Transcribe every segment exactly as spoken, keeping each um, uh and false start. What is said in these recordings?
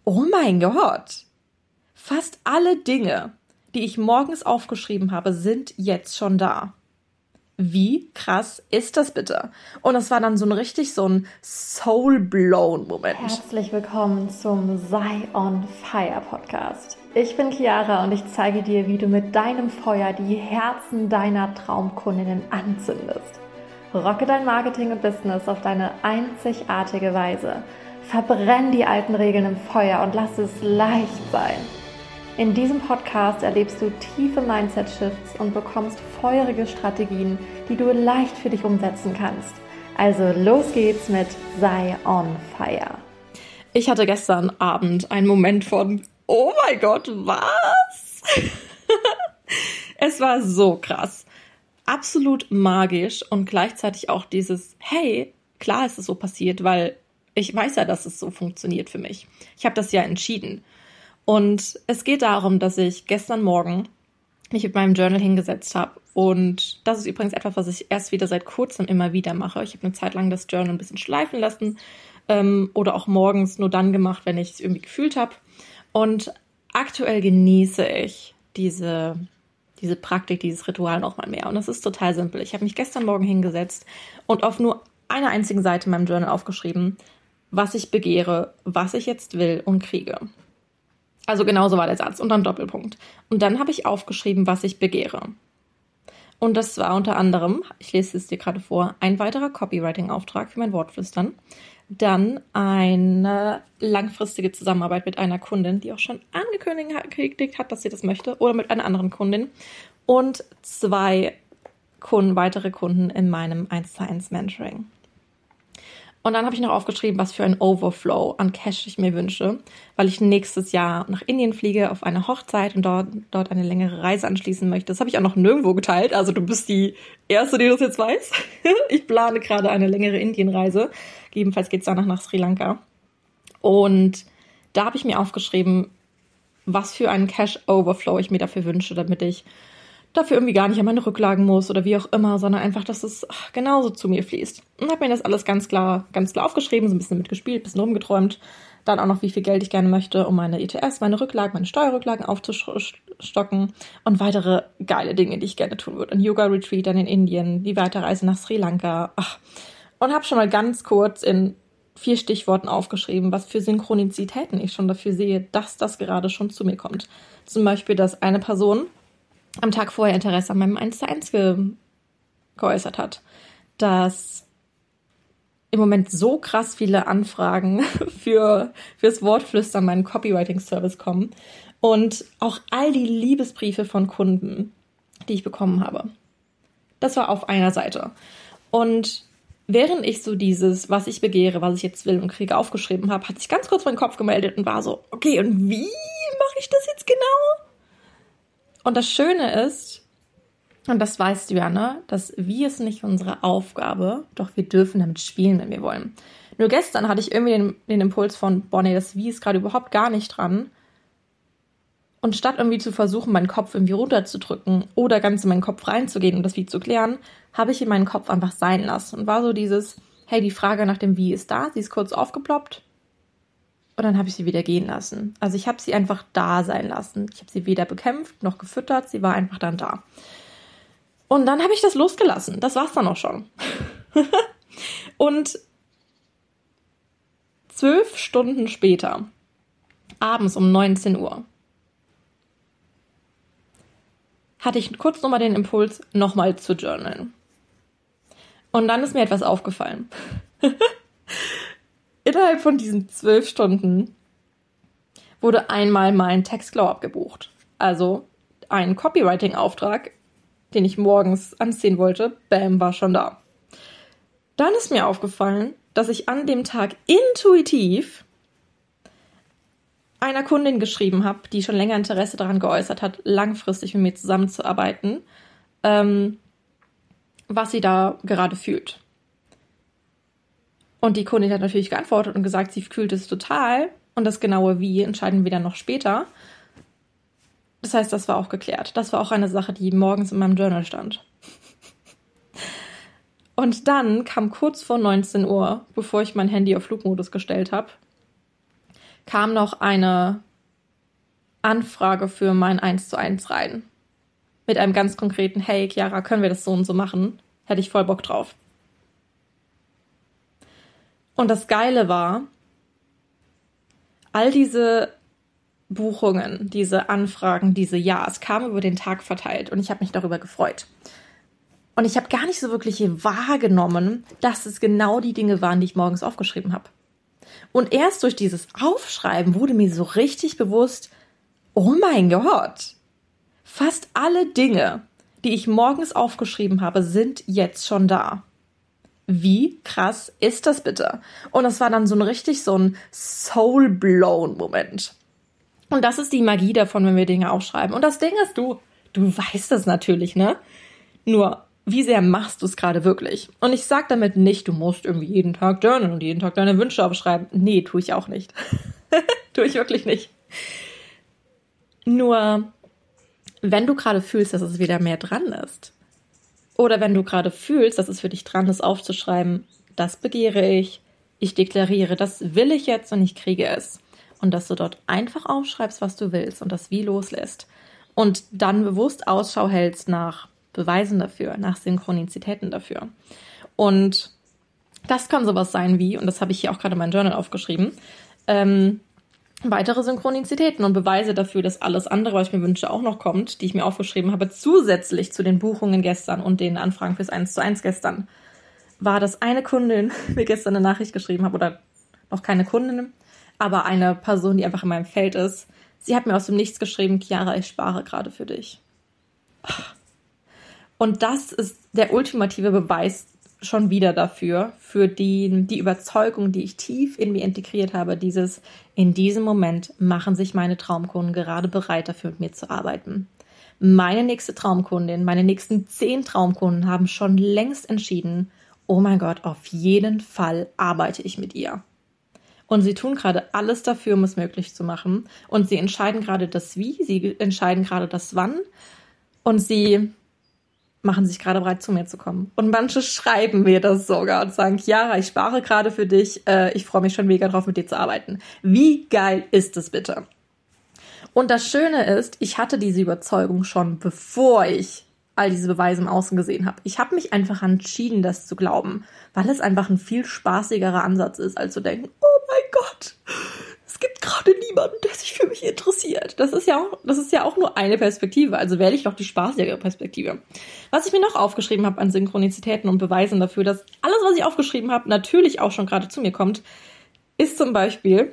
oh mein Gott, fast alle Dinge, die ich morgens aufgeschrieben habe, sind jetzt schon da. Wie krass ist das bitte? Und das war dann so ein richtig so ein Soul-blown-Moment. Herzlich willkommen zum Sei on Fire Podcast. Ich bin Chiara und ich zeige dir, wie du mit deinem Feuer die Herzen deiner Traumkundinnen anzündest. Rocke dein Marketing und Business auf deine einzigartige Weise. Verbrenn die alten Regeln im Feuer und lass es leicht sein. In diesem Podcast erlebst du tiefe Mindset-Shifts und bekommst feurige Strategien, die du leicht für dich umsetzen kannst. Also los geht's mit Sei on Fire. Ich hatte gestern Abend einen Moment von, oh mein Gott, was? Es war so krass. Absolut magisch und gleichzeitig auch dieses, hey, klar ist es so passiert, weil ich weiß ja, dass es so funktioniert für mich. Ich habe das ja entschieden. Und es geht darum, dass ich gestern Morgen mich mit meinem Journal hingesetzt habe. Und das ist übrigens etwas, was ich erst wieder seit kurzem immer wieder mache. Ich habe eine Zeit lang das Journal ein bisschen schleifen lassen ähm, oder auch morgens nur dann gemacht, wenn ich es irgendwie gefühlt habe. Und aktuell genieße ich diese, diese Praktik, dieses Ritual noch mal mehr. Und das ist total simpel. Ich habe mich gestern Morgen hingesetzt und auf nur einer einzigen Seite in meinem Journal aufgeschrieben, was ich begehre, was ich jetzt will und kriege. Also genauso war der Satz und dann Doppelpunkt. Und dann habe ich aufgeschrieben, was ich begehre. Und das war unter anderem, ich lese es dir gerade vor, ein weiterer Copywriting-Auftrag für mein Wortflüstern. Dann eine langfristige Zusammenarbeit mit einer Kundin, die auch schon angekündigt hat, dass sie das möchte, oder mit einer anderen Kundin. Und zwei Kunden, weitere Kunden in meinem eins zu eins Mentoring. Und dann habe ich noch aufgeschrieben, was für ein Overflow an Cash ich mir wünsche, weil ich nächstes Jahr nach Indien fliege auf eine Hochzeit und dort, dort eine längere Reise anschließen möchte. Das habe ich auch noch nirgendwo geteilt, also du bist die Erste, die das jetzt weiß. Ich plane gerade eine längere Indienreise. Jedenfalls geht es danach nach Sri Lanka. Und da habe ich mir aufgeschrieben, was für einen Cash-Overflow ich mir dafür wünsche, damit ich dafür irgendwie gar nicht an meine Rücklagen muss oder wie auch immer, sondern einfach, dass es genauso zu mir fließt. Und habe mir das alles ganz klar, ganz klar aufgeschrieben, so ein bisschen mitgespielt, ein bisschen rumgeträumt. Dann auch noch, wie viel Geld ich gerne möchte, um meine E T Fs, meine Rücklagen, meine Steuerrücklagen aufzustocken und weitere geile Dinge, die ich gerne tun würde. Ein Yoga-Retreat dann in Indien, die Weiterreise nach Sri Lanka. Ach. Und habe schon mal ganz kurz in vier Stichworten aufgeschrieben, was für Synchronizitäten ich schon dafür sehe, dass das gerade schon zu mir kommt. Zum Beispiel, dass eine Person am Tag vorher Interesse an meinem eins zu eins ge- geäußert hat, dass im Moment so krass viele Anfragen für fürs Wortflüstern, meinen Copywriting-Service kommen und auch all die Liebesbriefe von Kunden, die ich bekommen habe. Das war auf einer Seite. Und während ich so dieses, was ich begehre, was ich jetzt will und kriege, aufgeschrieben habe, hat sich ganz kurz mein Kopf gemeldet und war so, okay, und wie mache ich das jetzt genau? Und das Schöne ist, und das weißt du ja, ne, dass wir es nicht unsere Aufgabe, doch wir dürfen damit spielen, wenn wir wollen. Nur gestern hatte ich irgendwie den, den Impuls von, boah, nee, das Wie ist gerade überhaupt gar nicht dran. Und statt irgendwie zu versuchen, meinen Kopf irgendwie runterzudrücken oder ganz in meinen Kopf reinzugehen und das Wie zu klären, habe ich in meinen Kopf einfach sein lassen. Und war so dieses, hey, die Frage nach dem Wie ist da, sie ist kurz aufgeploppt. Und dann habe ich sie wieder gehen lassen. Also ich habe sie einfach da sein lassen. Ich habe sie weder bekämpft noch gefüttert. Sie war einfach dann da. Und dann habe ich das losgelassen. Das war's dann auch schon. Und zwölf Stunden später, abends um neunzehn Uhr, hatte ich kurz nochmal den Impuls, nochmal zu journalen. Und dann ist mir etwas aufgefallen. Innerhalb von diesen zwölf Stunden wurde einmal mein Textglow abgebucht. Also ein Copywriting-Auftrag, den ich morgens anziehen wollte, bam, war schon da. Dann ist mir aufgefallen, dass ich an dem Tag intuitiv einer Kundin geschrieben habe, die schon länger Interesse daran geäußert hat, langfristig mit mir zusammenzuarbeiten, ähm, was sie da gerade fühlt. Und die Kundin hat natürlich geantwortet und gesagt, sie fühlt es total. Und das genaue Wie entscheiden wir dann noch später. Das heißt, das war auch geklärt. Das war auch eine Sache, die morgens in meinem Journal stand. Und dann kam kurz vor neunzehn Uhr, bevor ich mein Handy auf Flugmodus gestellt habe, kam noch eine Anfrage für mein eins zu eins rein. Mit einem ganz konkreten, hey Chiara, können wir das so und so machen? Hätte ich voll Bock drauf. Und das Geile war, all diese Buchungen, diese Anfragen, diese Ja's kamen über den Tag verteilt und ich habe mich darüber gefreut. Und ich habe gar nicht so wirklich wahrgenommen, dass es genau die Dinge waren, die ich morgens aufgeschrieben habe. Und erst durch dieses Aufschreiben wurde mir so richtig bewusst, oh mein Gott, fast alle Dinge, die ich morgens aufgeschrieben habe, sind jetzt schon da. Wie krass ist das bitte? Und das war dann so ein richtig so ein Soul-blown-Moment. Und das ist die Magie davon, wenn wir Dinge aufschreiben. Und das Ding ist, du, du weißt das natürlich, ne? Nur, wie sehr machst du es gerade wirklich? Und ich sag damit nicht, du musst irgendwie jeden Tag journalen und jeden Tag deine Wünsche aufschreiben. Nee, tue ich auch nicht. Tue ich wirklich nicht. Nur, wenn du gerade fühlst, dass es wieder mehr dran ist, oder wenn du gerade fühlst, dass es für dich dran ist, aufzuschreiben, das begehre ich, ich deklariere, das will ich jetzt und ich kriege es. Und dass du dort einfach aufschreibst, was du willst und das wie loslässt. Und dann bewusst Ausschau hältst nach Beweisen dafür, nach Synchronizitäten dafür. Und das kann sowas sein wie, und das habe ich hier auch gerade in meinem Journal aufgeschrieben, ähm, weitere Synchronizitäten und Beweise dafür, dass alles andere, was ich mir wünsche, auch noch kommt, die ich mir aufgeschrieben habe, zusätzlich zu den Buchungen gestern und den Anfragen fürs eins zu eins gestern, war, dass eine Kundin mir gestern eine Nachricht geschrieben hat, oder noch keine Kundin, aber eine Person, die einfach in meinem Feld ist. Sie hat mir aus dem Nichts geschrieben, Chiara, ich spare gerade für dich. Und das ist der ultimative Beweis schon wieder dafür, für die, die Überzeugung, die ich tief in mir integriert habe, dieses, in diesem Moment machen sich meine Traumkunden gerade bereit dafür, mit mir zu arbeiten. Meine nächste Traumkundin, meine nächsten zehn Traumkunden haben schon längst entschieden, oh mein Gott, auf jeden Fall arbeite ich mit ihr. Und sie tun gerade alles dafür, um es möglich zu machen. Und sie entscheiden gerade das Wie, sie entscheiden gerade das Wann. Und sie machen sich gerade bereit, zu mir zu kommen. Und manche schreiben mir das sogar und sagen, Chiara, ich spare gerade für dich, äh, ich freue mich schon mega drauf, mit dir zu arbeiten. Wie geil ist es bitte? Und das Schöne ist, ich hatte diese Überzeugung schon, bevor ich all diese Beweise im Außen gesehen habe. Ich habe mich einfach entschieden, das zu glauben, weil es einfach ein viel spaßigerer Ansatz ist, als zu denken, oh mein Gott, es gibt gerade niemanden, der sich für mich interessiert. Das ist ja auch, das ist ja auch nur eine Perspektive, also wähle ich doch die spaßigere Perspektive. Was ich mir noch aufgeschrieben habe an Synchronizitäten und Beweisen dafür, dass alles, was ich aufgeschrieben habe, natürlich auch schon gerade zu mir kommt, ist zum Beispiel,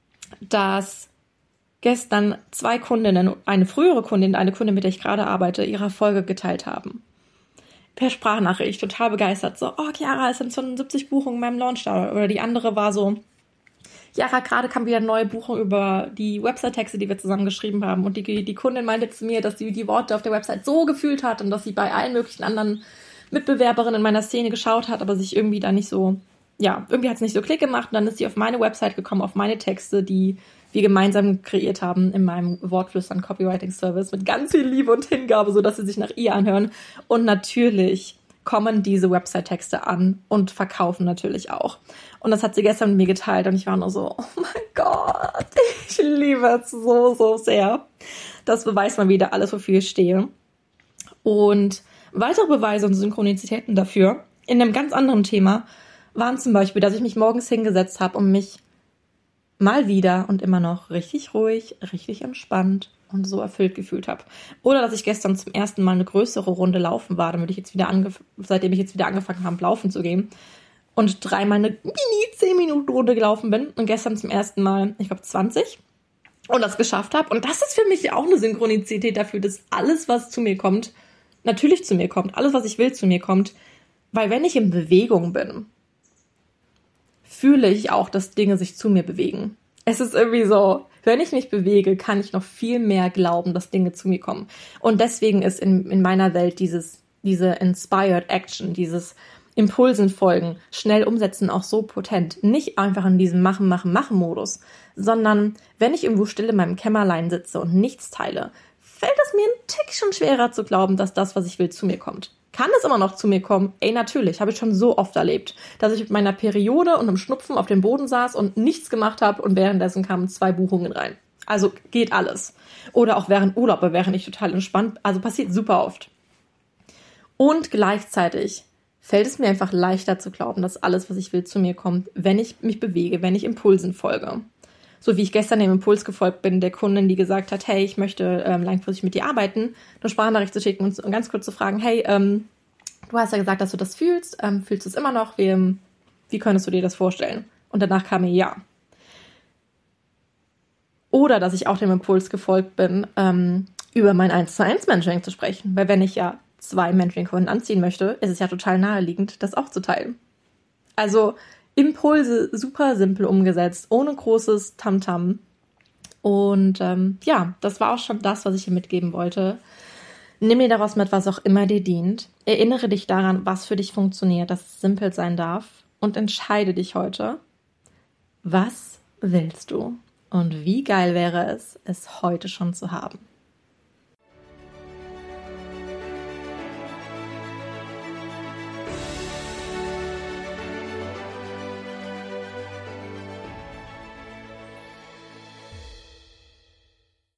dass gestern zwei Kundinnen, eine frühere Kundin, eine Kundin, mit der ich gerade arbeite, ihre Erfolge geteilt haben. Per Sprachnachricht, total begeistert. So, oh Chiara, es sind schon siebzig Buchungen in meinem Launch da. Oder die andere war so, Chiara, gerade kam wieder eine neue Buchung über die Website-Texte, die wir zusammen geschrieben haben. Und die, die Kundin meinte zu mir, dass sie die Worte auf der Website so gefühlt hat und dass sie bei allen möglichen anderen Mitbewerberinnen in meiner Szene geschaut hat, aber sich irgendwie da nicht so, ja, irgendwie hat es nicht so Klick gemacht. Und dann ist sie auf meine Website gekommen, auf meine Texte, die wir gemeinsam kreiert haben in meinem Wortflüstern Copywriting Service mit ganz viel Liebe und Hingabe, sodass sie sich nach ihr anhören. Und natürlich kommen diese Website-Texte an und verkaufen natürlich auch. Und das hat sie gestern mit mir geteilt und ich war nur so, oh mein Gott, ich liebe es so, so sehr. Das beweist mal wieder alles, wofür ich stehe. Und weitere Beweise und Synchronizitäten dafür, in einem ganz anderen Thema, waren zum Beispiel, dass ich mich morgens hingesetzt habe und mich mal wieder und immer noch richtig ruhig, richtig entspannt und so erfüllt gefühlt habe. Oder dass ich gestern zum ersten Mal eine größere Runde laufen war, damit ich jetzt wieder angef- seitdem ich jetzt wieder angefangen habe, laufen zu gehen. Und dreimal eine mini zehn Minuten Runde gelaufen bin. Und gestern zum ersten Mal, ich glaube, zwanzig. Und das geschafft habe. Und das ist für mich auch eine Synchronizität dafür, dass alles, was zu mir kommt, natürlich zu mir kommt. Alles, was ich will, zu mir kommt. Weil wenn ich in Bewegung bin, fühle ich auch, dass Dinge sich zu mir bewegen. Es ist irgendwie so, wenn ich mich bewege, kann ich noch viel mehr glauben, dass Dinge zu mir kommen. Und deswegen ist in, in meiner Welt dieses, diese Inspired Action, dieses Impulsen folgen, schnell umsetzen auch so potent. Nicht einfach in diesem Machen, Machen, Machen-Modus, sondern wenn ich irgendwo still in meinem Kämmerlein sitze und nichts teile, fällt es mir ein Tick schon schwerer zu glauben, dass das, was ich will, zu mir kommt. Kann es immer noch zu mir kommen? Ey, natürlich, habe ich schon so oft erlebt, dass ich mit meiner Periode und einem Schnupfen auf dem Boden saß und nichts gemacht habe und währenddessen kamen zwei Buchungen rein. Also geht alles. Oder auch während Urlaub, während ich total entspannt, also passiert super oft. Und gleichzeitig fällt es mir einfach leichter zu glauben, dass alles, was ich will, zu mir kommt, wenn ich mich bewege, wenn ich Impulsen folge. So wie ich gestern dem Impuls gefolgt bin, der Kundin, die gesagt hat, hey, ich möchte ähm, langfristig mit dir arbeiten, eine Sprachnachricht zu schicken und ganz kurz zu fragen, hey, ähm, du hast ja gesagt, dass du das fühlst, ähm, fühlst du es immer noch? Wie, wie könntest du dir das vorstellen? Und danach kam mir ja. Oder dass ich auch dem Impuls gefolgt bin, ähm, über mein eins zu eins Mentoring zu sprechen. Weil wenn ich ja zwei Mentoring-Kunden anziehen möchte, ist es ja total naheliegend, das auch zu teilen. Also Impulse super simpel umgesetzt, ohne großes Tamtam. Und ähm, ja, das war auch schon das, was ich dir mitgeben wollte. Nimm dir daraus mit, was auch immer dir dient. Erinnere dich daran, was für dich funktioniert, dass es simpel sein darf. Und entscheide dich heute, was willst du? Und wie geil wäre es, es heute schon zu haben?